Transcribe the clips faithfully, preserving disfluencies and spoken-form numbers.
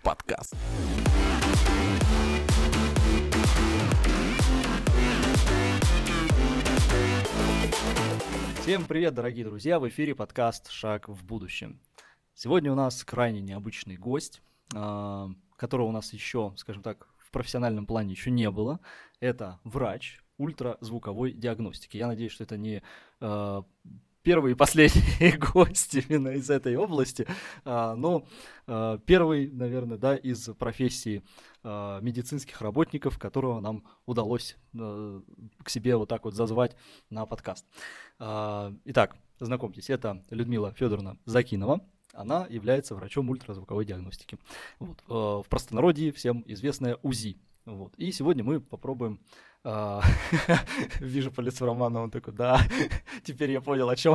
подкаст. Всем привет, дорогие друзья! В эфире подкаст «Шаг в будущем». Сегодня у нас крайне необычный гость, которого у нас еще, скажем так, в профессиональном плане еще не было. Это врач ультразвуковой диагностики. Я надеюсь, что это не э, первый и последний гость именно из этой области, э, но э, первый, наверное, да, из профессии э, медицинских работников, которого нам удалось э, к себе вот так вот зазвать на подкаст. Э, итак, знакомьтесь, это Людмила Федоровна Закинова. Она является врачом ультразвуковой диагностики. Вот. В простонародье всем известная УЗИ. Вот. И сегодня мы попробуем... Э, вижу по лицу Романа, он такой, да, теперь я понял, о чем.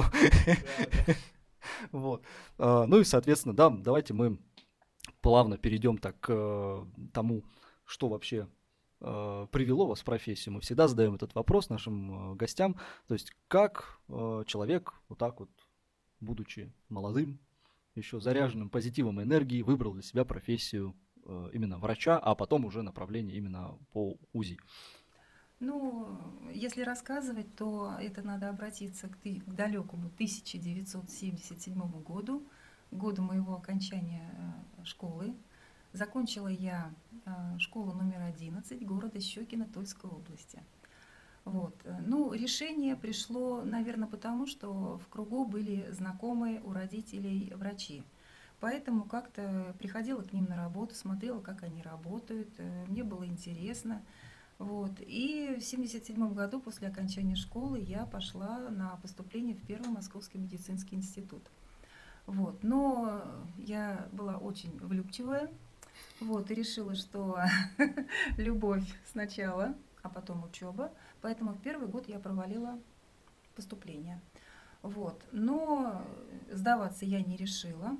Вот. Ну и, соответственно, да, давайте мы плавно перейдем так к тому, что вообще привело вас в профессию. Мы всегда задаем этот вопрос нашим гостям. То есть, как человек, вот так вот, будучи молодым, еще заряженным позитивом и энергией, выбрал для себя профессию э, именно врача, а потом уже направление именно по УЗИ. Ну, если рассказывать, то это надо обратиться к, ты, к далекому тысяча девятьсот семьдесят седьмому году, году моего окончания э, школы. Закончила я э, школу номер одиннадцать города Щекино Тульской области. Вот. Ну, решение пришло, наверное, потому, что в кругу были знакомые у родителей врачи. Поэтому как-то приходила к ним на работу, смотрела, как они работают, мне было интересно. Вот. И в семьдесят седьмом году, после окончания школы, я пошла на поступление в Первый Московский медицинский институт. Вот. Но я была очень влюбчивая, вот, и решила, что любовь сначала, а потом учеба. Поэтому в первый год я провалила поступление. Вот. Но сдаваться я не решила.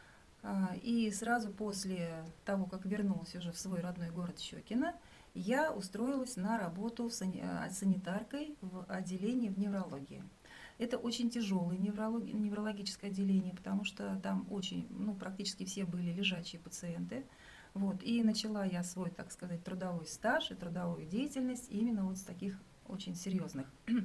И сразу после того, как вернулась уже в свой родной город Щекино, я устроилась на работу санитаркой в отделении в неврологии. Это очень тяжелое неврологическое отделение, потому что там очень, ну, практически все были лежачие пациенты. Вот. И начала я свой, так сказать, трудовой стаж и трудовую деятельность именно вот с таких очень серьезных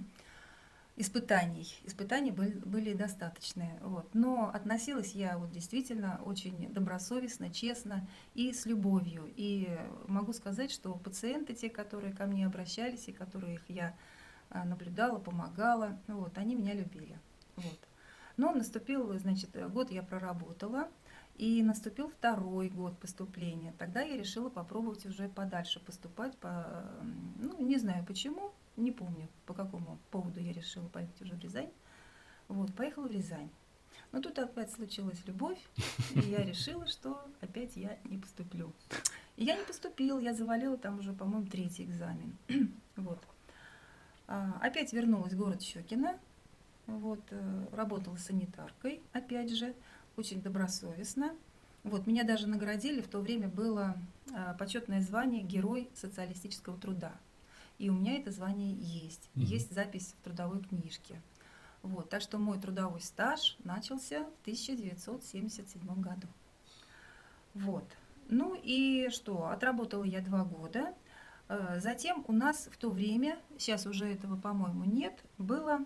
испытаний. Испытаний были, были достаточные. Вот. Но относилась я вот действительно очень добросовестно, честно и с любовью. И могу сказать, что пациенты, те, которые ко мне обращались и которых я наблюдала, помогала, вот, они меня любили. Вот. Но наступил, значит, год я проработала. И наступил второй год поступления. Тогда я решила попробовать уже подальше поступать. По, ну, не знаю почему, не помню, по какому поводу я решила поехать уже в Рязань. Вот, поехала в Рязань. Но тут опять случилась любовь, и я решила, что опять я не поступлю. И я не поступила, я завалила там уже, по-моему, третий экзамен. Вот. А, опять вернулась в город Щекино. Вот, работала санитаркой, опять же. Очень добросовестно. Вот, меня даже наградили, в то время было а, почетное звание Герой социалистического труда. И у меня это звание есть. Mm-hmm. Есть запись в трудовой книжке. Вот, так что мой трудовой стаж начался в тысяча девятьсот семьдесят седьмом году. Вот. Ну и что? Отработала я два года. А, затем у нас в то время, сейчас уже этого, по-моему, нет, было...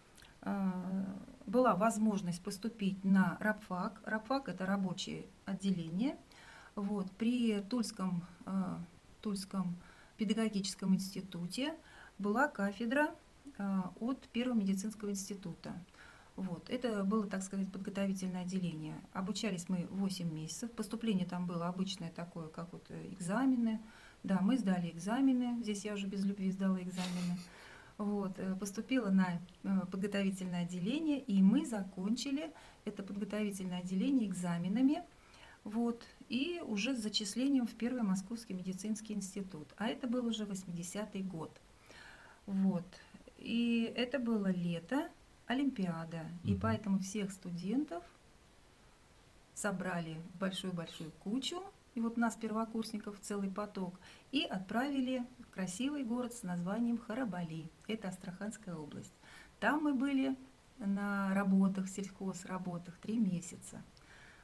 была возможность поступить на рабфак. Рабфак – это рабочее отделение. Вот. При Тульском, э, Тульском педагогическом институте была кафедра э, от Первого медицинского института. Вот. Это было, так сказать, подготовительное отделение. Обучались мы восемь месяцев. Поступление там было обычное такое, как вот экзамены. Да, мы сдали экзамены. Здесь я уже без любви сдала экзамены. Вот, поступила на подготовительное отделение, и мы закончили это подготовительное отделение экзаменами, вот, и уже с зачислением в Первый Московский медицинский институт. А это был уже восьмидесятый год. Вот. И это было лето, Олимпиада. Mm-hmm. И поэтому всех студентов собрали в большую-большую кучу, и вот нас, первокурсников, целый поток, и отправили в красивый город с названием Харабали. Это Астраханская область. Там мы были на работах, сельхозработах, три месяца.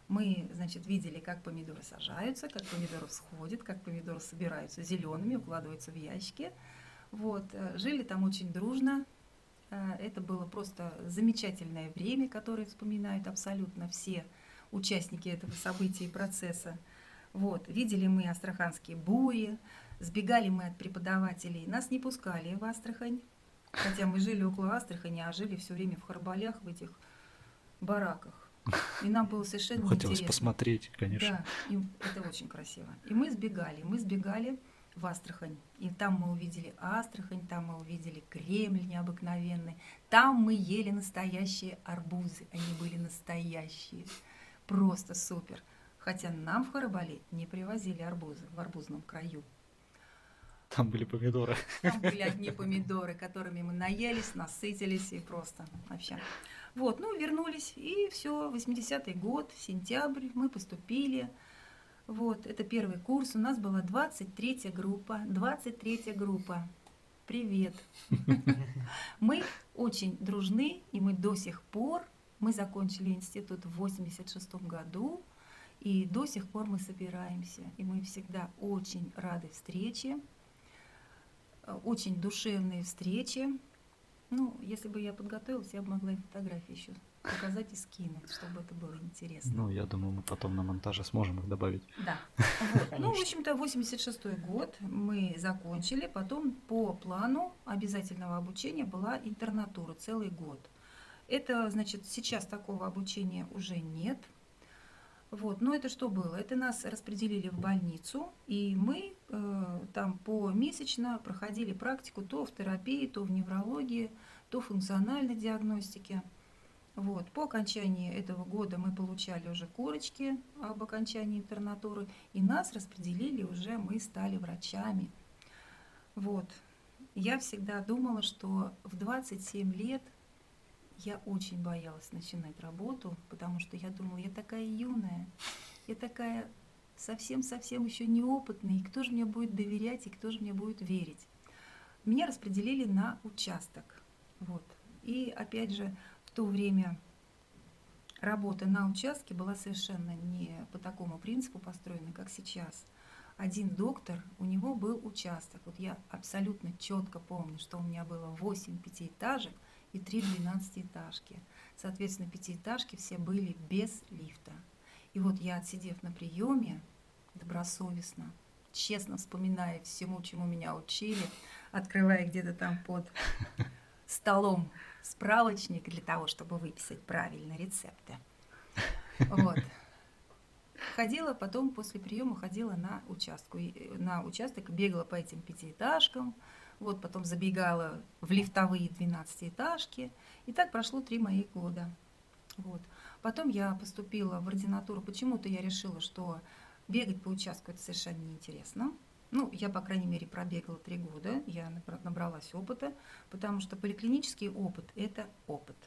Мы, значит, видели, как помидоры сажаются, как помидоры всходят, как помидоры собираются зелеными, укладываются в ящики. Вот. Жили там очень дружно. Это было просто замечательное время, которое вспоминают абсолютно все участники этого события и процесса. Вот. Видели мы астраханские бури, сбегали мы от преподавателей. Нас не пускали в Астрахань, хотя мы жили около Астрахани, а жили все время в Харбалях, в этих бараках. И нам было совершенно Хотелось неинтересно. посмотреть, конечно. Да, и это очень красиво. И мы сбегали, мы сбегали в Астрахань. И там мы увидели Астрахань, там мы увидели Кремль необыкновенный. Там мы ели настоящие арбузы, они были настоящие. Просто супер. Хотя нам в Харабали не привозили арбузы в арбузном краю. Там были помидоры. Там были одни помидоры, которыми мы наелись, насытились и просто вообще. Вот, ну, вернулись, и все, восьмидесятый год, сентябрь, мы поступили. Вот, это первый курс, у нас была двадцать третья группа, двадцать третья группа. Привет. Мы очень дружны, и мы до сих пор, мы закончили институт в восемьдесят шестом году, и до сих пор мы собираемся, и мы всегда очень рады встрече, очень душевные встречи. Ну, если бы я подготовилась, я бы могла и фотографии еще показать и скинуть, чтобы это было интересно. Ну, я думаю, мы потом на монтаже сможем их добавить. Да. Вот. Ну, в общем-то, восемьдесят шестой год мы закончили. Потом по плану обязательного обучения была интернатура целый год. Это, значит, сейчас такого обучения уже нет. Вот. Но это что было? Это нас распределили в больницу, и мы э, там помесячно проходили практику то в терапии, то в неврологии, то в функциональной диагностике. Вот. По окончании этого года мы получали уже корочки об окончании интернатуры, и нас распределили уже, мы стали врачами. Вот. Я всегда думала, что в двадцать семь лет я очень боялась начинать работу, потому что я думала, я такая юная, я такая совсем-совсем еще неопытная, и кто же мне будет доверять, и кто же мне будет верить. Меня распределили на участок. Вот. И опять же, в то время работа на участке была совершенно не по такому принципу построена, как сейчас. Один доктор, у него был участок. Вот я абсолютно четко помню, что у меня было восемь пятиэтажек и три двенадцатиэтажки. Соответственно, пятиэтажки все были без лифта. И вот я, отсидев на приеме, добросовестно, честно вспоминая всему, чему меня учили, открывая где-то там под столом справочник для того, чтобы выписать правильно рецепты. Вот. Ходила потом, после приема, ходила на участку, на участок, бегала по этим пятиэтажкам, вот, потом забегала в лифтовые двенадцатиэтажки, и так прошло три моих года. Вот. Потом я поступила в ординатуру, почему-то я решила, что бегать по участку это совершенно неинтересно. Ну, я, по крайней мере, пробегала три года, я набралась опыта, потому что поликлинический опыт – это опыт.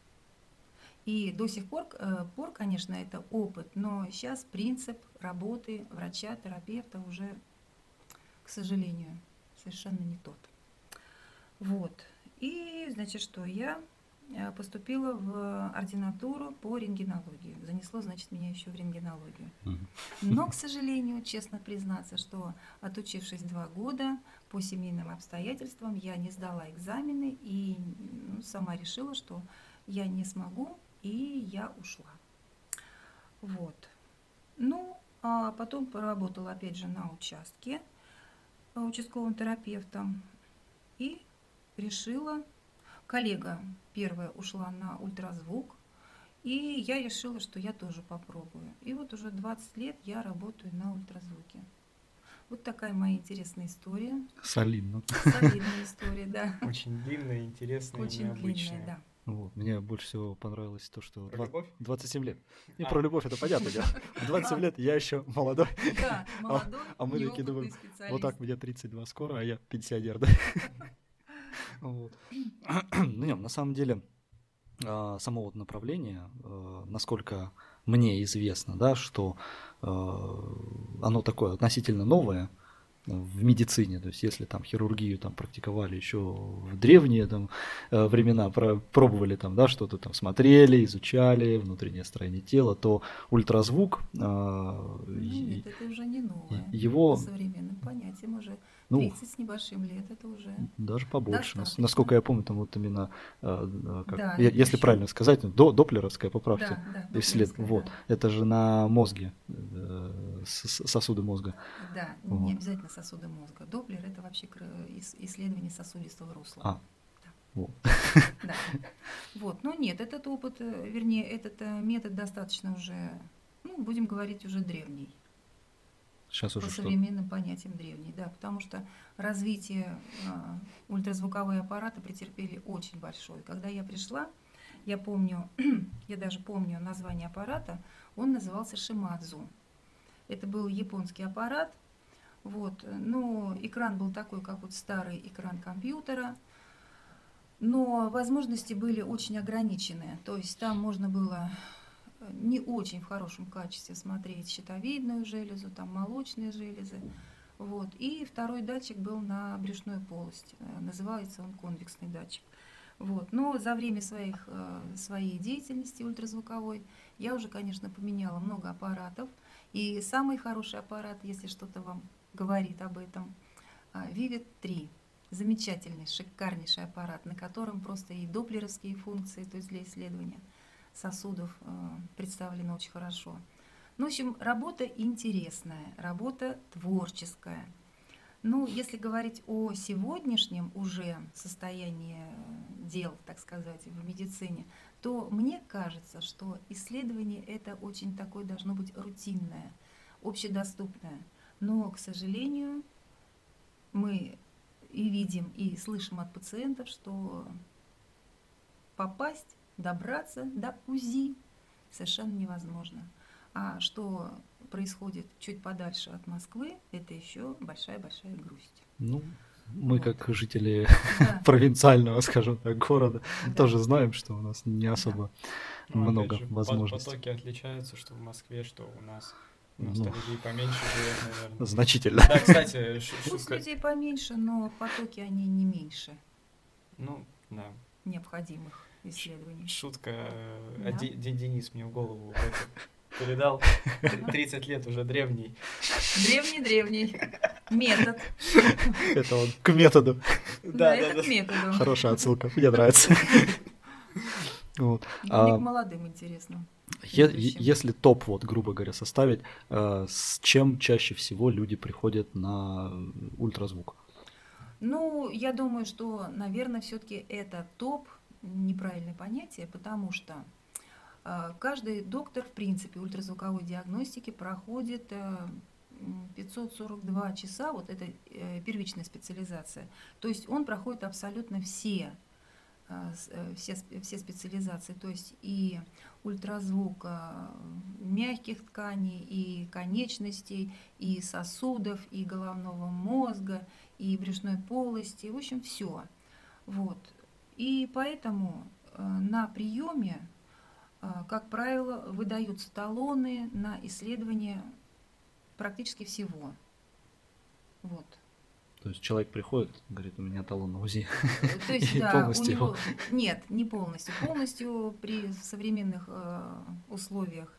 И до сих пор, пор, конечно, это опыт, но сейчас принцип работы врача, терапевта уже, к сожалению, совершенно не тот. Вот. И, значит, что я поступила в ординатуру по рентгенологии. Занесло, значит, меня еще в рентгенологию. Но, к сожалению, честно признаться, что отучившись два года, по семейным обстоятельствам я не сдала экзамены и ну, сама решила, что я не смогу, и я ушла. Вот. Ну, а потом поработала опять же на участке участковым терапевтом и решила, коллега первая ушла на ультразвук, и я решила, что я тоже попробую. И вот уже двадцать лет я работаю на ультразвуке. Вот такая моя интересная история. Солидно. Солидная история, да. Очень длинная, интересная, Очень необычная. длинная, да. Вот. Мне больше всего понравилось то, что Про любовь? двадцать семь лет. И А. про любовь это понятно дело. В двадцать семь лет я еще молодой. Да, молодой, А мы такие неопытный думаем, специалист. вот так мне тридцать два скоро, а я пенсионер, да? Вот. Ну, нет, на самом деле, а, само вот направление, а, насколько мне известно, да, что а, оно такое относительно новое, в медицине, то есть если там хирургию там практиковали еще в древние там времена, про, пробовали там, да, что-то там смотрели, изучали внутреннее строение тела, то ультразвук, Ну, нет, это уже не новое. его, По современным понятиям уже ну, тридцать с небольшим лет, это уже даже побольше. Нас- достаточно. Насколько я помню, там вот именно, э, как, Да, я- это если еще- правильно сказать, до, доплеровская, поправьте, Да, да, исслед- доплеровская, вот, да. это же на мозге, э, с- сосуды мозга. Да, Вот. не обязательно сосуды мозга. Доплер – это вообще кр- ис- исследование сосудистого русла. А, вот. Да. Вот, но нет, этот опыт, э, вернее, этот э, метод достаточно уже, ну, будем говорить, уже древний. Сейчас По уже что? современным понятиям древний, да, потому что развитие а, ультразвуковые аппараты претерпели очень большое. Когда я пришла, я помню, я даже помню название аппарата, он назывался Шимадзу. Это был японский аппарат, вот, но экран был такой, как вот старый экран компьютера, но возможности были очень ограниченные, то есть там можно было не очень в хорошем качестве смотреть щитовидную железу, там молочные железы. Вот. И второй датчик был на брюшной полости. Э, Называется он конвексный датчик. Вот. Но за время своих, э, своей деятельности ультразвуковой я уже, конечно, поменяла много аппаратов. И самый хороший аппарат, если что-то вам говорит об этом, Vivid три. Замечательный, шикарнейший аппарат, на котором просто и доплеровские функции, то есть для исследования сосудов, э, представлены очень хорошо. Ну, в общем, работа интересная, работа творческая. Ну, если говорить о сегодняшнем уже состоянии дел, так сказать, в медицине, то мне кажется, что исследование это очень такое должно быть рутинное, общедоступное. Но, к сожалению, мы и видим, и слышим от пациентов, что попасть, добраться до УЗИ совершенно невозможно. А что происходит чуть подальше от Москвы, это еще большая-большая грусть. Ну, мы Вот. как жители Да, провинциального, скажем так, города, да. тоже знаем, что у нас не особо Ну, опять много же, по- возможностей. потоки отличаются, что в Москве, что у нас. У нас Ну. людей поменьше живет, наверное. Значительно. Да, кстати, ш- Пусть шутка. людей поменьше, но потоки они не меньше Ну, да. необходимых исследований. Шутка. э, Да. а Де- Де- Денис мне в голову это передал. Т- тридцать лет уже древний. Древний-древний метод. Это он к методу. Да, это к методу. Хорошая отсылка, мне нравится. Вот. Но не А, к молодым интересно. е- будущем. Если топ, вот, грубо говоря, составить, э, с чем чаще всего люди приходят на ультразвук? Ну, я думаю, что, наверное, все-таки это топ, неправильное понятие, потому что э, каждый доктор, в принципе, ультразвуковой диагностики проходит э, м, пятьсот сорок два часа, вот это э, первичная специализация. То есть он проходит абсолютно все, э, с- э, все, сп- все специализации, то есть и ультразвук э, мягких тканей, и конечностей, и сосудов, и головного мозга, и брюшной полости, в общем, все. Вот. И поэтому э, на приеме, э, как правило, выдаются талоны на исследование практически всего. Вот. То есть человек приходит, говорит, у меня талон на УЗИ. Э, То есть, И да, у полностью него... его- Нет, не полностью. Полностью при современных э, условиях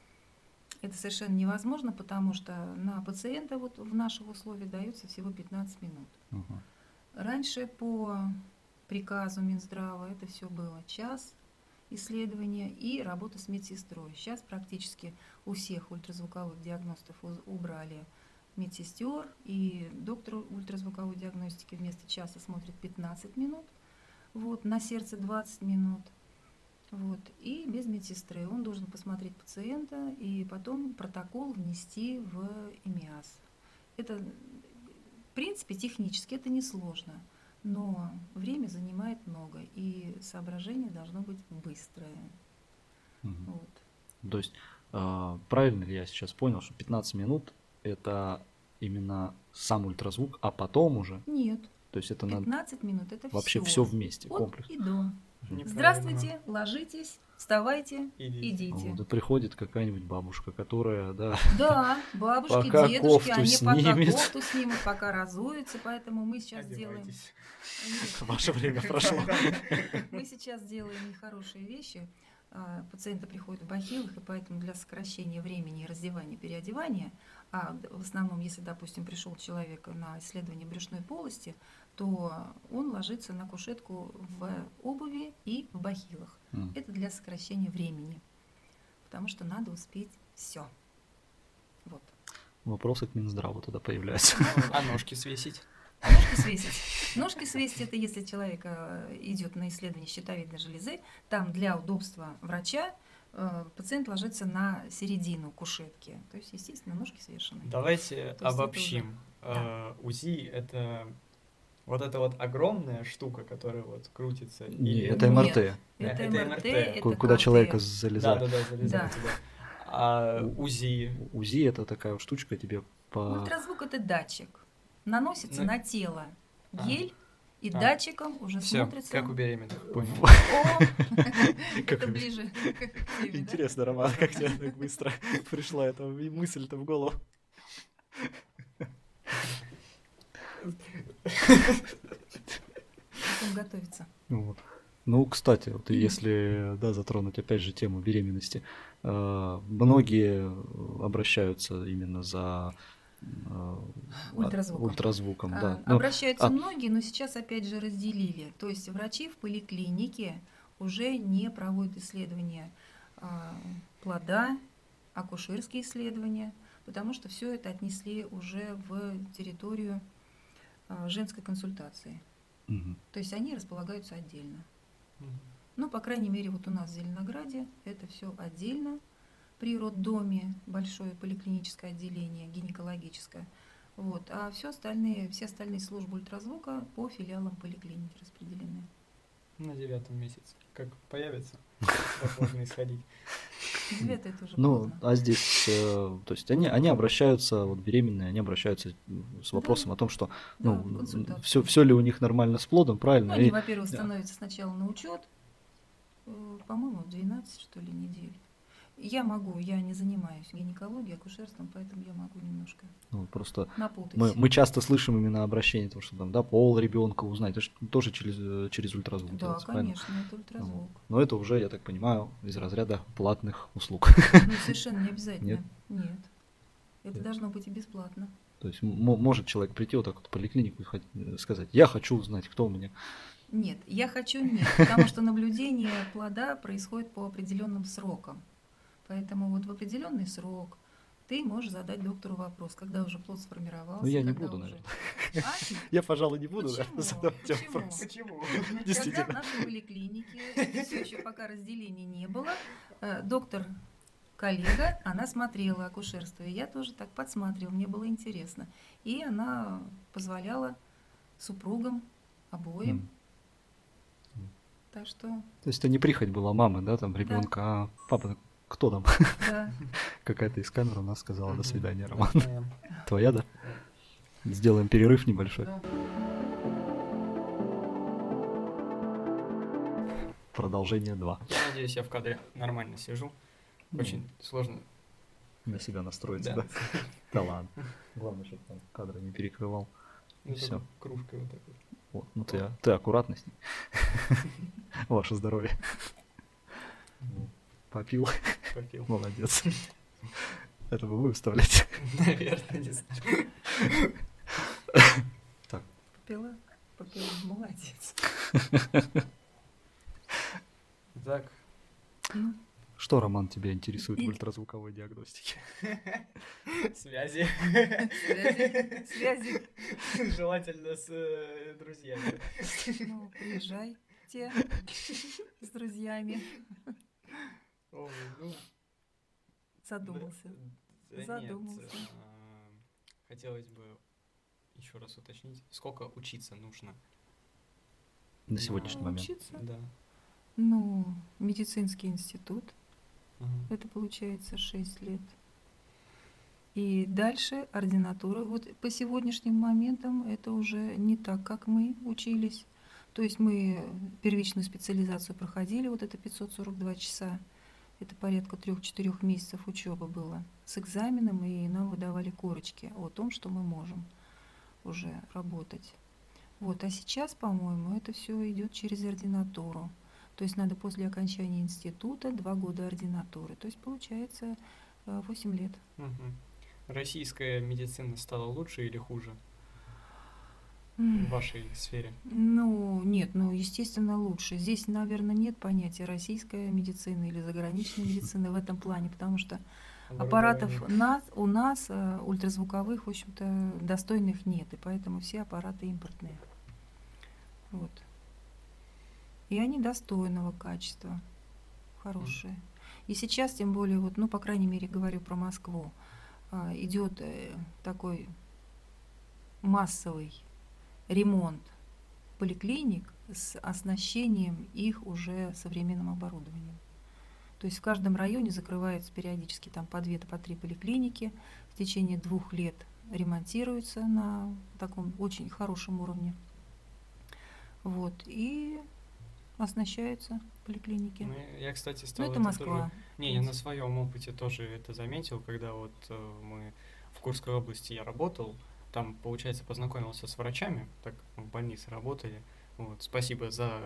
это совершенно невозможно, потому что на пациента вот в наших условиях дается всего пятнадцать минут. Ага. Раньше по приказу Минздрава это все было час исследования и работа с медсестрой. Сейчас практически у всех ультразвуковых диагностов уз- убрали медсестер, и доктор ультразвуковой диагностики вместо часа смотрит пятнадцать минут, вот, на сердце двадцать минут. Вот, и без медсестры он должен посмотреть пациента и потом протокол внести в ИМИАС. Это, в принципе, технически это несложно, но время занимает много, и соображение должно быть быстрое. Мгм. Вот. То есть, э, правильно ли я сейчас понял, что пятнадцать минут это именно сам ультразвук, а потом уже, Нет, то есть это надо пятнадцать минут это вообще все. все вместе, От комплекс. и до. Неправильно. Здравствуйте, ложитесь, вставайте, Идите. идите. Вот, и приходит какая-нибудь бабушка, которая, да, Да, бабушки, Пока дедушки, кофту они пока снимет. кофту снимут, пока разуются, поэтому мы сейчас делаем... Одевайтесь. Нет, ваше время прошло. мы сейчас делаем нехорошие вещи. А, Пациенты приходят в бахилах, и поэтому для сокращения времени раздевания, переодевания, а д- в основном, если, допустим, пришел человек на исследование брюшной полости, то он ложится на кушетку в обуви и в бахилах. М. Это для сокращения времени, потому что надо успеть все. Вот. Вопросы к Минздраву тогда появляются. А ножки свесить? Ножки свесить. Ножки свесить — это если человек э, идет на исследование щитовидной железы, там для удобства врача э, пациент ложится на середину кушетки. То есть, естественно, ножки свешены. Давайте это уже- обобщим. Э, УЗИ — это вот эта вот огромная штука, которая вот крутится. Не, или- это Нет. МРТ. Это Это МРТ, МРТ. это ку- Куда КТ. человека Да, залезает. да, да, залезает Да. туда. А УЗИ. УЗИ это такая вот штучка тебе по... Ультразвук — это датчик. Наносится Ну, на тело а. гель, и А. датчиком уже Все, смотрится... как у беременных, понял. О, Как это у- ближе к теме, да? Интересно, Роман, как тебе так быстро пришла эта мысль-то в голову? Будем готовиться. Вот. Ну, кстати, вот и если, да, затронуть опять же тему беременности, э, многие обращаются именно за э, Ультразвуком. ультразвуком, А, да. Ну, Обращаются а- многие, но сейчас опять же разделили. То есть врачи в поликлинике уже не проводят исследования а, плода, акушерские исследования, потому что все это отнесли уже в территорию а, женской консультации. Мгм. То есть они располагаются отдельно. Мгм. Ну, по крайней мере, вот у нас в Зеленограде это все отдельно. При роддоме большое поликлиническое отделение, гинекологическое. Вот. А все остальные, все остальные службы ультразвука по филиалам поликлиники распределены. На девятом месяце. Как появится, так можно и сходить. Девятое это уже Ну, поздно. а здесь, э, то есть они, они обращаются, вот беременные, они обращаются м, с вопросом о том, что, Да, ну, в консультацию. все, все ли у них нормально с плодом, Ну, правильно? они, И- во-первых, да. становятся сначала на учет, э, по-моему, двенадцать, что ли, недель. Я могу, я не занимаюсь гинекологией, акушерством, поэтому я могу немножко ну, просто напутать. мы, мы часто слышим именно обращение, то, что там, да, пол ребенка узнать, это ж тоже через, э, через ультразвук Да, делается, правильно? конечно, это ультразвук. Но это уже, я так понимаю, из разряда платных услуг. Ну, совершенно не обязательно. Нет? Нет. Это Нет. должно быть и бесплатно. То есть м- может человек прийти вот так вот в поликлинику и хот- э, сказать, я хочу узнать, кто у меня. Нет, я хочу нет, потому что наблюдение плода происходит по определенным срокам. Поэтому вот в определенный срок ты можешь задать доктору вопрос, когда уже плод сформировался. Ну, я не когда буду, уже- наверное. А? Я, пожалуй, не буду Почему? задавать тебе Почему? вопрос. Почему? Когда в Действительно. нашей поликлинике все еще пока разделения не было, э, доктор коллега, она смотрела акушерство, и я тоже так подсматривала, мне было интересно. И она позволяла супругам обоим. М. Так что, То есть это не прихоть была мамы, да, там, ребенка, а папа, кто там? да. Какая-то из камер у нас сказала, до Мгм. свидания, Роман. Да. Твоя, да? Сделаем перерыв небольшой. Да. Продолжение два. Я надеюсь, я в кадре нормально сижу. Очень сложно. На себя настроиться, Да. да? Да ладно. Главное, чтобы там кадры не перекрывал. Ну, Всё. только кружкой вот так вот. Вот, ну ты, ты аккуратно с ней. Ваше здоровье. Попил. Попил. Молодец. Это вы выставляете. Наверное, не знаю. Так, Попила, попила, молодец. Так, Ну, что, Роман, тебя интересует в ультразвуковой диагностике? связи. связи, связи. Желательно с э, друзьями. Ну, приезжайте с друзьями. Ой, ну, Задумался. да- да нет, Задумался. а, хотелось бы еще раз уточнить, сколько учиться нужно? На сегодняшний момент. Учиться? Да. Ну, медицинский институт. Мгм. Это получается шесть лет. И дальше ординатура. Вот по сегодняшним моментам это уже не так, как мы учились. То есть мы первичную специализацию проходили, вот это пятьсот сорок два часа. Это порядка трех-четырех месяцев учебы было с экзаменом, и нам выдавали корочки о том, что мы можем уже работать. Вот, а сейчас, по-моему, это все идет через ординатуру. То есть надо после окончания института два года ординатуры. То есть получается восемь лет. Мгм. Российская медицина стала лучше или хуже в вашей сфере? Ну, нет, ну, естественно, лучше. Здесь, наверное, нет понятия российская медицина или заграничная медицина в этом плане, потому что аппаратов Образование. нас, у нас э, ультразвуковых, в общем-то, достойных нет, и поэтому все аппараты импортные. Вот. И они достойного качества, хорошие. И сейчас, тем более, вот, ну, по крайней мере, говорю про Москву, а, идет э, такой массовый ремонт поликлиник с оснащением их уже современным оборудованием. То есть в каждом районе закрываются периодически там по две, по три поликлиники, в течение двух лет ремонтируются на таком очень хорошем уровне. Вот, и оснащаются поликлиники. Ну, я, я, кстати, Ну, стал это это Москва. тоже... Не, я на своем опыте тоже это заметил, когда вот э, мы в Курской области я работал, там, получается, познакомился с врачами, так в больнице работали. Вот, спасибо за,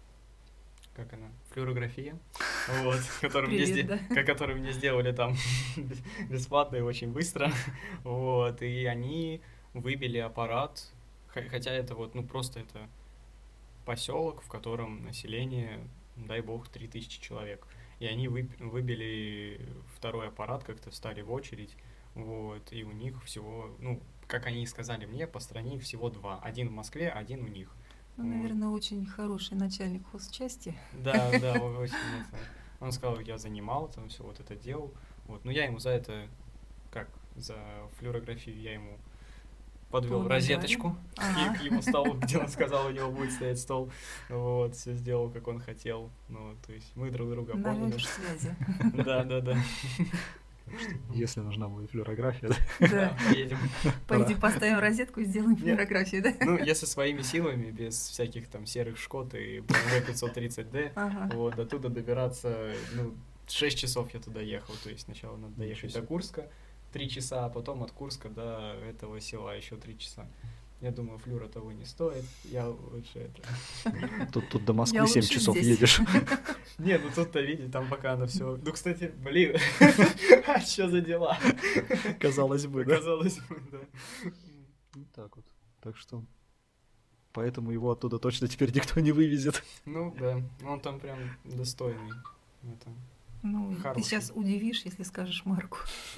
как она, флюорография, вот, которую мне, Привет, сде- да. ко- которую мне сделали там бесплатно и очень быстро, вот, и они выбили аппарат, хо- хотя это вот, ну, просто это поселок, в котором население, дай бог, три тысячи человек. И они вып- выбили второй аппарат, как-то встали в очередь, вот, и у них всего, ну, как они и сказали мне, по стране их всего два. Один в Москве, один у них. Ну, Вот. наверное, очень хороший начальник хозчасти. Да, да, о- очень это. Он сказал, я занимал, там все вот это делал. Вот. Но я ему за это, как, за флюорографию я ему подвел По розеточку к, Ага. к его столу, где он сказал, у него будет стоять стол. Вот, все сделал, как он хотел. Ну, то есть мы друг друга поняли. Наводишь связи. Да, да, да. Если нужна будет флюорография, да? Да. Поедем. Пойди поставим розетку и сделаем Нет. флюорографию, да? Ну, я со своими силами, без всяких там серых Шкод и бэ эм вэ пятьсот тридцать дэ, Ага. вот, до туда добираться, ну, шесть часов я туда ехал, то есть сначала надо доехать Ничего до Курска, три часа, а потом от Курска до этого села еще три часа. Я думаю, флюра того не стоит, я лучше это... Тут, тут до Москвы Я семь лучше часов здесь. едешь. Не, ну тут-то, видите, там пока оно все... Ну, кстати, блин, что за дела? Казалось бы, да? Казалось бы, да. Вот так вот. Так что... Поэтому его оттуда точно теперь никто не вывезет. Ну, да, он там прям достойный. Это... Ну, ты Хороший. сейчас удивишь, если скажешь марку.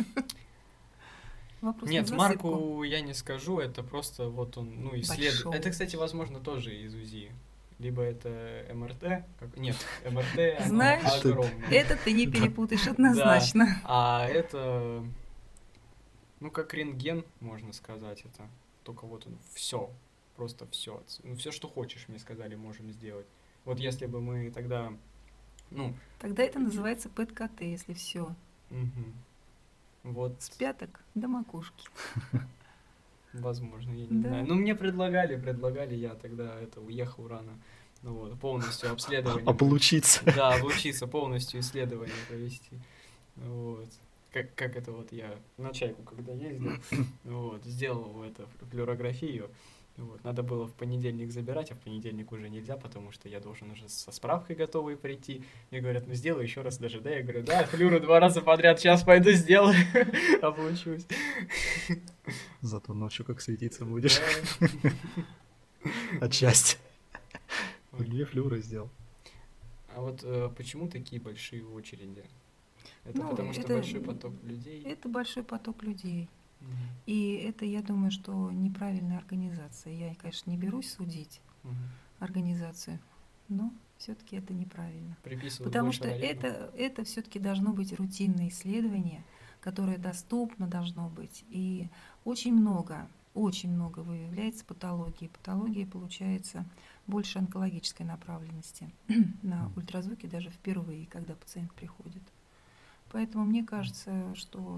Вопрос Нет, на засыпку. марку я не скажу, это просто вот он, ну, исследует. Большой. Это, кстати, возможно, тоже из УЗИ. Либо это эм эр тэ, как... нет, эм эр тэ оно Знаешь, огромное. Это ты не перепутаешь однозначно. А это, ну, как рентген, можно сказать, это. Только вот он все, просто все. Ну, все, что хочешь, мне сказали, можем сделать. Вот если бы мы тогда, ну, Тогда это называется пэт ка тэ, если все. мгм. Вот, С пяток до макушки. возможно, я не Да. знаю. Ну, мне предлагали, предлагали, я тогда это уехал рано. Ну вот, полностью обследование. Облучиться. Да, обучиться, полностью исследование провести. Вот. Как, как это вот я на чайку, когда ездил, вот, сделал это флюорографию. Вот. Надо было в понедельник забирать, а в понедельник уже нельзя, потому что я должен уже со справкой готовой прийти. Мне говорят, ну сделай еще раз даже, да? Я говорю, да, флюру два раза подряд, сейчас пойду сделаю, облучусь. Зато ночью как светиться будешь. Да. От счастья. Ой. Две флюры сделал. А вот э, почему такие большие очереди? Это Ну, потому что это- большой поток людей? Это большой поток людей. Мгм. И это, я думаю, что неправильная организация. Я, конечно, не берусь судить Мгм. организацию, но все-таки это неправильно. Приписывают Потому больше что районов. это, это все-таки должно быть рутинное исследование, которое доступно должно быть. И очень много, очень много выявляется патологии. Патология получается больше онкологической направленности на ультразвуке даже впервые, когда пациент приходит. Поэтому мне кажется, что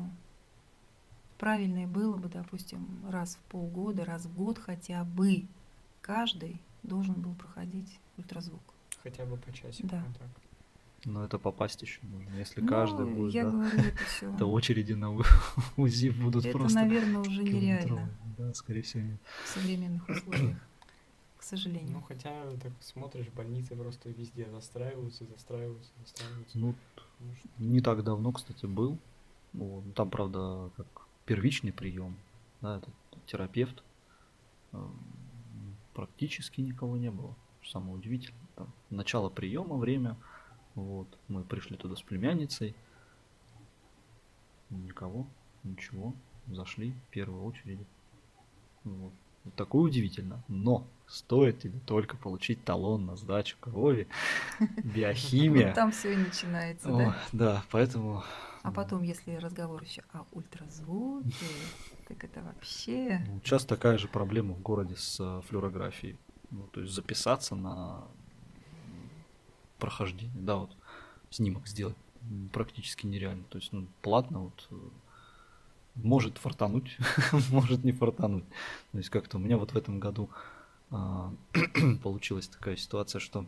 правильное было бы, допустим, раз в полгода, раз в год хотя бы каждый должен был проходить ультразвук. Хотя бы по часику. Да. Вот так. Но это попасть еще нужно. Если Ну, каждый будет, я да, говорю, это все. то очереди на у- УЗИ будут Это, просто наверное, уже нереально километровые. Да, скорее всего, нет. в современных условиях, к Ну, сожалению. хотя, так смотришь, больницы просто везде застраиваются, застраиваются, застраиваются. Ну, Ну, что- не так давно, кстати, был. Вот. Там, правда, как первичный прием, да, это терапевт. Эм, Практически никого не было. Что самое удивительное. Там начало приема, время. Вот. Мы пришли туда с племянницей. Никого, ничего. Зашли в первую очередь. Вот. Вот такое удивительно. Но стоит тебе только получить талон на сдачу крови, биохимия. Вот там все и начинается, О, да? да, поэтому А потом, если разговор еще о ультразвуке, так это вообще... ну, сейчас такая же проблема в городе с э, флюорографией. Ну, то есть записаться на м, прохождение, да, вот снимок сделать м, практически нереально. То есть, ну, платно вот э, может фартануть, может не фартануть. То есть как-то у меня вот в этом году а, получилась такая ситуация, что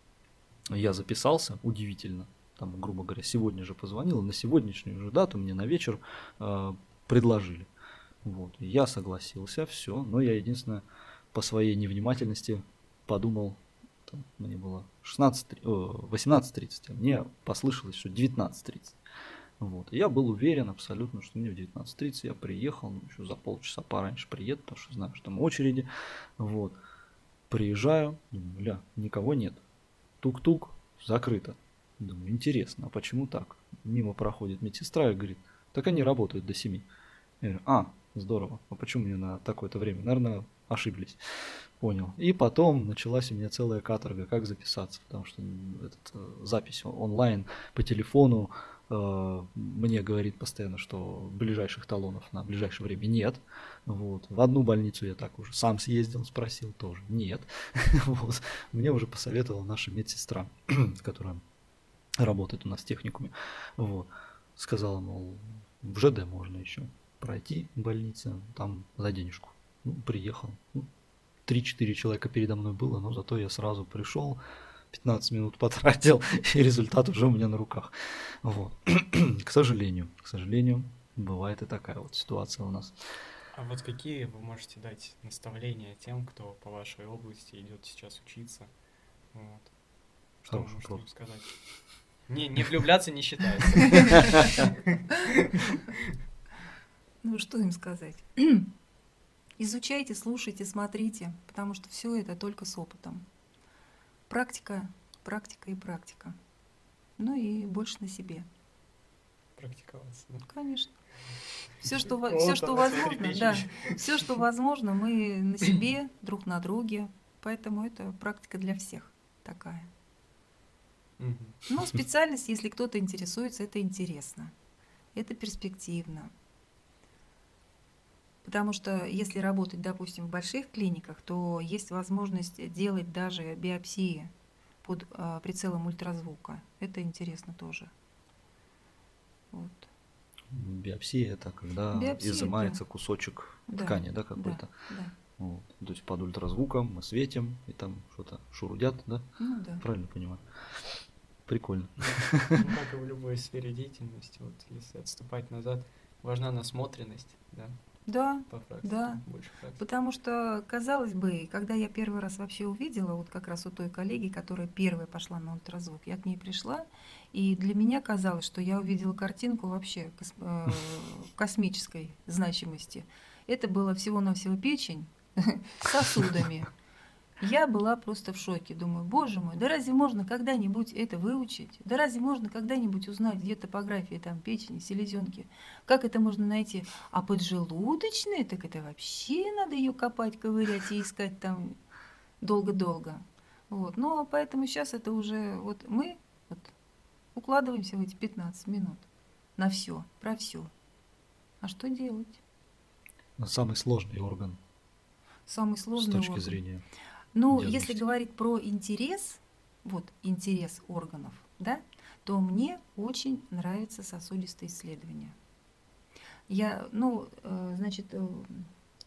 я записался, удивительно, там, грубо говоря, сегодня же позвонил, и на сегодняшнюю же дату мне на вечер а, предложили. Вот, и я согласился, все, но я единственное по своей невнимательности подумал, там, мне было шестнадцать, три- о, восемнадцать тридцать, а мне послышалось, что девятнадцать тридцать. Вот. И я был уверен абсолютно, что мне в девятнадцать тридцать я приехал, ну, еще за полчаса пораньше приеду, потому что знаю, что там очереди. Вот. Приезжаю, думаю, ля, никого нет. Тук-тук, закрыто. Думаю, интересно, а почему так? Мимо проходит медсестра и говорит, так они работают до семи. Я говорю, а, здорово, а почему мне на такое-то время? Наверное, ошиблись. Понял. И потом началась у меня целая каторга, как записаться, потому что этот, э, запись онлайн по телефону э, мне говорит постоянно, что ближайших талонов на ближайшее время нет. Вот. В одну больницу я так уже сам съездил, спросил, тоже нет. Вот. Мне уже посоветовала наша медсестра, которая работает у нас в техникуме. Вот. Сказала, мол, в ЖД можно еще пройти в больнице, там за денежку. Ну, приехал. Ну, три-четыре человека передо мной было, но зато я сразу пришел, пятнадцать минут потратил, и результат уже у меня на руках. Вот. К сожалению, к сожалению, бывает и такая вот ситуация у нас. А вот какие вы можете дать наставления тем, кто по вашей области идет сейчас учиться? Вот. Что вы Хороший можете им вопрос. сказать? Не, не влюбляться не считается. Ну, что им сказать? Изучайте, слушайте, смотрите, потому что все это только с опытом. Практика, практика и практика. Ну и больше на себе. Практиковаться. да. Конечно. Все, что, во- Вот всё, что она, свои возможно, печи. да, все, что возможно, мы на себе, друг на друге. Поэтому это практика для всех такая. Мгм. Но специальность, если кто-то интересуется, это интересно. Это перспективно. Потому что если работать, допустим, в больших клиниках, то есть возможность делать даже биопсии под а, прицелом ультразвука. Это интересно тоже. Вот. Биопсия это когда Биопсия, изымается кусочек Да, ткани, да, какой-то. Да, да. Вот. То есть под ультразвуком мы светим, и там что-то шурудят, да? Ну да. Правильно понимаю? Прикольно. Ну, как и в любой сфере деятельности, вот если отступать назад, важна насмотренность, да, Да, по практике, да. больше практики. потому что, казалось бы, когда я первый раз вообще увидела, вот как раз у той коллеги, которая первая пошла на ультразвук, я к ней пришла, и для меня казалось, что я увидела картинку вообще кос- э, космической значимости. Это было всего-навсего печень с сосудами. Я была просто в шоке. Думаю, боже мой, да разве можно когда-нибудь это выучить? Да разве можно когда-нибудь узнать, где топография там печени, селезенки? Как это можно найти? А поджелудочная, так это вообще надо ее копать, ковырять и искать там долго-долго. Вот. Ну, а поэтому сейчас это уже вот мы вот укладываемся в эти пятнадцать минут на все, про все. А что делать? Но самый сложный орган Самый с сложный точки орган. зрения. Ну, диагностики. если говорить про интерес, вот интерес органов, да, то мне очень нравятся сосудистые исследования. Я, ну, э, значит, э,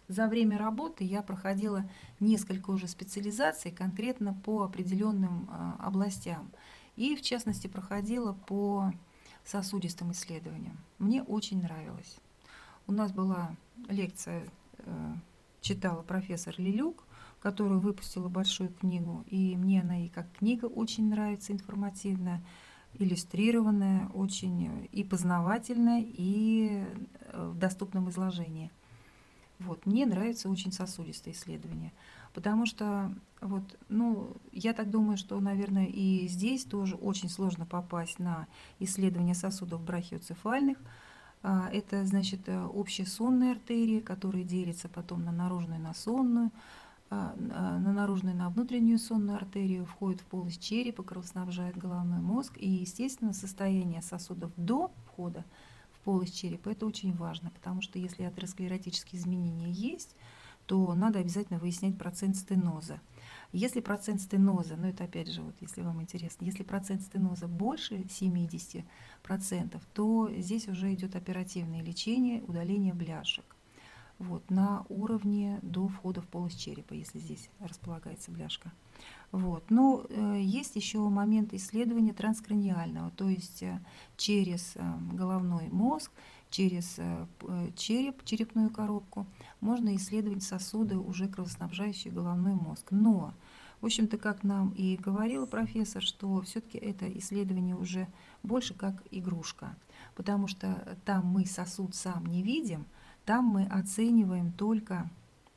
за время работы я проходила несколько уже специализаций конкретно по определенным а, областям. И, в частности, проходила по сосудистым исследованиям. Мне очень нравилось. У нас была лекция, э, читала профессор Лилюк, которая выпустила большую книгу, и мне она и как книга очень нравится, информативная, иллюстрированная, очень и познавательная, и в доступном изложении. Вот. Мне нравится очень сосудистое исследование, потому что, вот, ну, я так думаю, что, наверное, и здесь тоже очень сложно попасть на исследование сосудов брахиоцефальных. Это, значит, общая сонная артерия, которая делится потом на наружную и на сонную. На наружную и на внутреннюю сонную артерию входит в полость черепа, кровоснабжает головной мозг. И, естественно, состояние сосудов до входа в полость черепа – это очень важно, потому что если атеросклеротические изменения есть, то надо обязательно выяснять процент стеноза. Если процент стеноза, ну это опять же, вот, если вам интересно, если процент стеноза больше семидесяти процентов, то здесь уже идет оперативное лечение, удаление бляшек. Вот, на уровне до входа в полость черепа, если здесь располагается бляшка. Вот. Но э, есть еще момент исследования транскраниального, то есть э, через э, головной мозг, через э, череп, черепную коробку можно исследовать сосуды, уже кровоснабжающие головной мозг. Но, в общем-то, как нам и говорил профессор, что все-таки это исследование уже больше как игрушка, потому что там мы сосуд сам не видим, там мы оцениваем только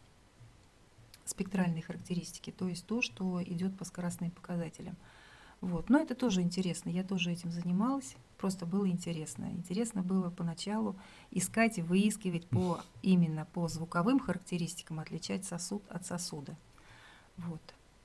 спектральные характеристики, то есть то, что идет по скоростным показателям. Вот. Но это тоже интересно, я тоже этим занималась, просто было интересно. Интересно было поначалу искать и выискивать по, именно по звуковым характеристикам, отличать сосуд от сосуда. Вот.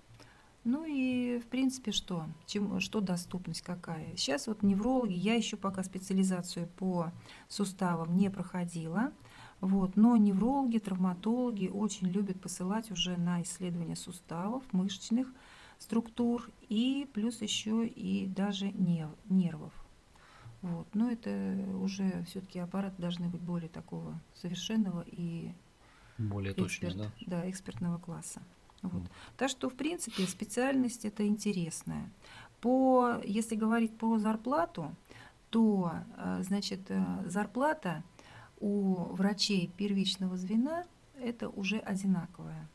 Ну и, в принципе, что? Чем, что доступность какая? Сейчас вот неврологи, я еще пока специализацию по суставам не проходила, вот, но неврологи, травматологи очень любят посылать уже на исследование суставов, мышечных структур и плюс еще и даже нервов. Вот. Но это уже все-таки аппараты должны быть более такого совершенного и более точно, эксперт, да? Да, экспертного класса. Вот. Так что, в принципе, специальность это интересная. По, если говорить про зарплату, то, значит, зарплата у врачей первичного звена это уже одинаковая.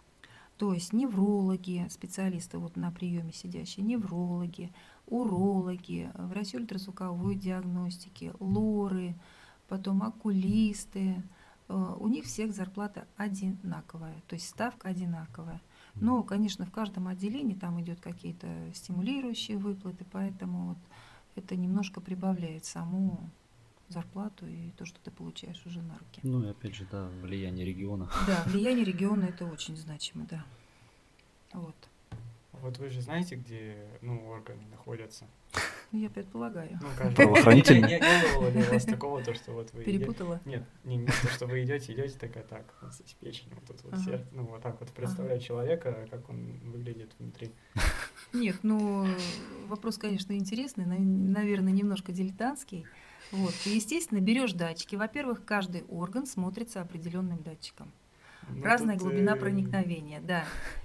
То есть неврологи, специалисты вот на приеме сидящие, неврологи, урологи, врачи ультразвуковой диагностики, лоры, потом окулисты, у них всех зарплата одинаковая, то есть ставка одинаковая. Но, конечно, в каждом отделении там идет какие-то стимулирующие выплаты, поэтому вот это немножко прибавляет саму зарплату и то, что ты получаешь уже на руки. Ну и опять же, да, влияние региона. Да, влияние региона это очень значимо, да. Вот. Вот вы же знаете, где, ну, органы находятся? Ну, я предполагаю. Ну, кажется, правоохранительные. Не, не было ли у вас такого, то, что вот вы... Перепутала? Нет, не, не то, что вы идете, идете, такая, так, вот здесь печень, вот тут вот Ага. сердце, ну, вот так вот представляю Ага. человека, как он выглядит внутри. Нет, ну, вопрос, конечно, интересный, на- наверное, немножко дилетантский. Вот. И, естественно, берешь датчики. Во-первых, каждый орган смотрится определенным датчиком. Ну, Разная тут, глубина э, проникновения, да.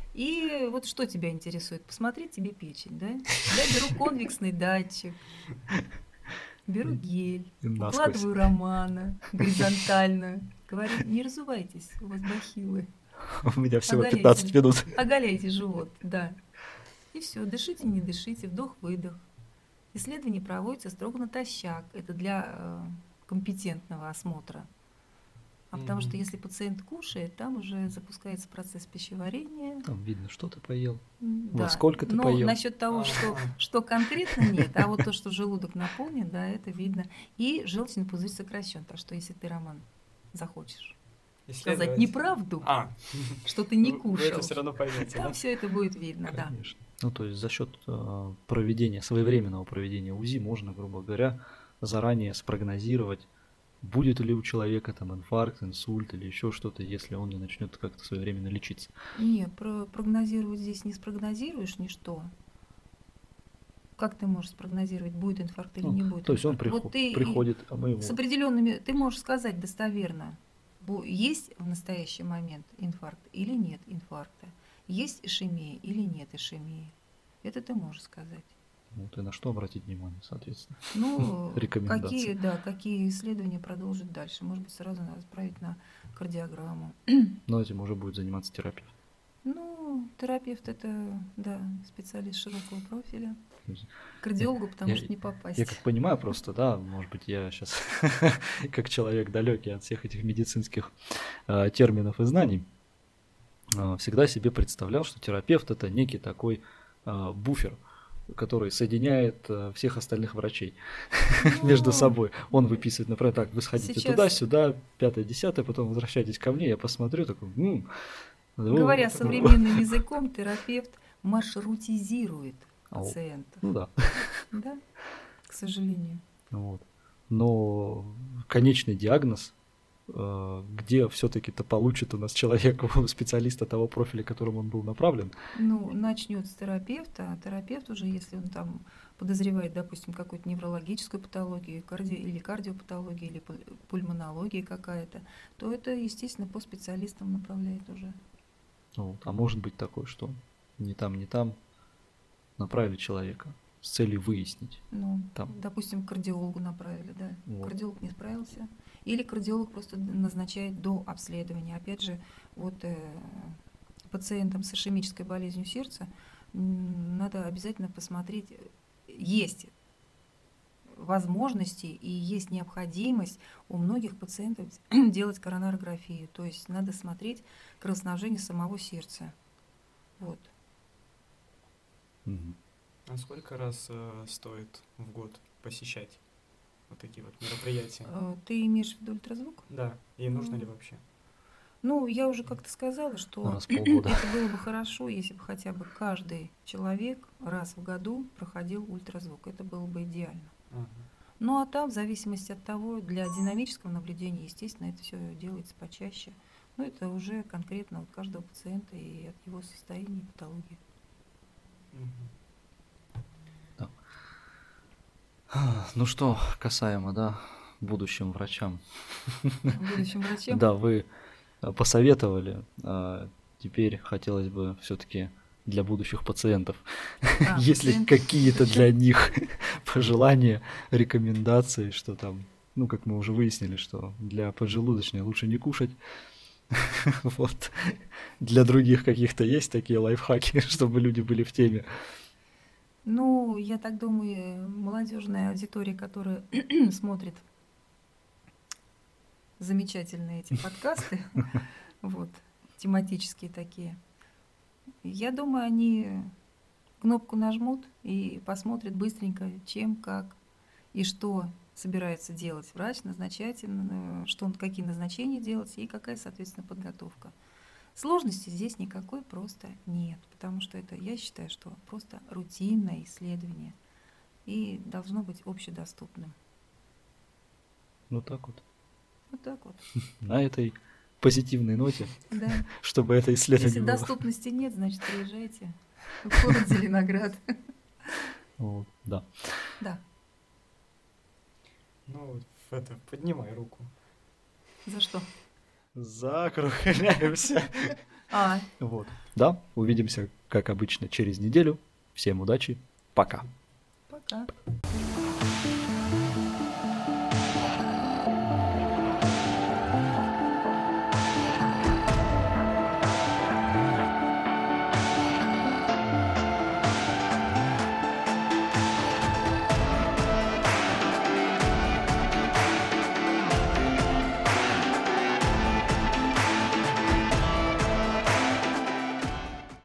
И вот что тебя интересует? Посмотреть тебе печень, да? Я беру конвексный датчик, беру гель, Насквозь. укладываю романа горизонтально. Говорю, не разувайтесь, у вас бахилы. У меня всего Оголяйте. пятнадцать минут. Оголяйте живот, да. И все, дышите, не дышите, вдох-выдох. Исследование проводится строго натощак. Это для э, компетентного осмотра. А потому Мгм. что если пациент кушает, там уже запускается процесс пищеварения. Там видно, что ты поел. М, Во да. сколько ты Но поел? насчет того, что, Ага. что конкретно нет, а вот то, что желудок наполнен, да, это видно. И желчный пузырь сокращен. Так что если ты, Роман, захочешь сказать Исследовать. неправду, А, что ты не вы- кушал, Вы это все равно поймете, там да? все это будет видно, да. Конечно. Ну, то есть за счет э, проведения, своевременного проведения УЗИ можно, грубо говоря, заранее спрогнозировать, будет ли у человека там инфаркт, инсульт или еще что-то, если он не начнет как-то своевременно лечиться. Не, про- прогнозировать здесь не спрогнозируешь ничто. Как ты можешь спрогнозировать, будет инфаркт или Ну, не будет то есть он инфаркта? приход- Вот ты и приходит, а мы его... с определенными, ты можешь сказать достоверно, Бу- Есть в настоящий момент инфаркт или нет инфаркта? Есть ишемия или нет ишемии? Это ты можешь сказать. Вот и на что обратить внимание, соответственно. Ну, Рекомендации. какие, да, какие исследования продолжить дальше? Может быть, сразу надо отправить на кардиограмму. Но этим уже будет заниматься терапевт. Ну, терапевт это, да, специалист широкого профиля. То есть К кардиологу, потому я- что не попасть. Я как понимаю просто, да, может быть, я сейчас как человек далекий от всех этих медицинских э, терминов и знаний, э, всегда себе представлял, что терапевт это некий такой э, буфер, который соединяет э, всех остальных врачей между Ну, собой. Он выписывает, например, так, вы сходите Сейчас- туда-сюда, пятое, десятое, потом возвращайтесь ко мне, я посмотрю, такой, «М, ну, Говоря ну, современным языком, терапевт маршрутизирует Ау. пациентов. ну да. Да, к сожалению. Вот. Но конечный диагноз, э, где все-таки-то получит у нас человек, у специалиста того профиля, к которому он был направлен. Ну, начнет с терапевта, а терапевт уже, если он там подозревает, допустим, какую-то неврологическую патологию карди... или кардиопатологию, или пуль- пульмонология какая-то, то это, естественно, по специалистам направляет уже. Вот. А может быть такое, что ни там, ни там направили человека с целью выяснить. Ну, Там. допустим, к кардиологу направили, да. Вот. Кардиолог не справился. Или кардиолог просто назначает до обследования. Опять же, вот э, пациентам с ишемической болезнью сердца м, надо обязательно посмотреть, э, есть возможности и есть необходимость у многих пациентов делать коронарографию. То есть надо смотреть кровоснабжение самого сердца. Вот. Мгм. А сколько раз э, стоит в год посещать вот такие вот мероприятия? Э, Ты имеешь в виду ультразвук? Да, и нужно ли вообще? Ну, я уже как-то сказала, что Раз в полгода. это было бы хорошо, если бы хотя бы каждый человек раз в году проходил ультразвук. Это было бы идеально. Ага. Ну, а там, в зависимости от того, для динамического наблюдения, естественно, это все делается почаще. Но это уже конкретно от каждого пациента и от его состояния и патологии. Мгм. Ну что, касаемо, да, будущим врачам. Будущим врачам. Да, вы э, посоветовали. а Теперь хотелось бы все-таки для будущих пациентов, А, есть ли пациент- какие-то для них пожелания, рекомендации, что там, ну, как мы уже выяснили, что для поджелудочной лучше не кушать. Вот. Для других каких-то есть такие лайфхаки, чтобы люди были в теме. Ну, я так думаю, молодежная аудитория, которая смотрит замечательные эти подкасты, вот, тематические такие, я думаю, они кнопку нажмут и посмотрят быстренько, чем, как и что собирается делать врач, назначать, э, что он, какие назначения делать и какая, соответственно, подготовка. Сложности здесь никакой просто нет, потому что это, я считаю, что просто рутинное исследование и должно быть общедоступным. Ну так вот. Вот так вот. На этой позитивной ноте, Да. чтобы это Если исследование было. доступности нет, значит, приезжайте в город Зеленоград. Вот, да. Да. Ну, это, поднимай руку. За что? Закругляемся. А, Вот. Да, увидимся, как обычно, через неделю. Всем удачи. Пока. пока.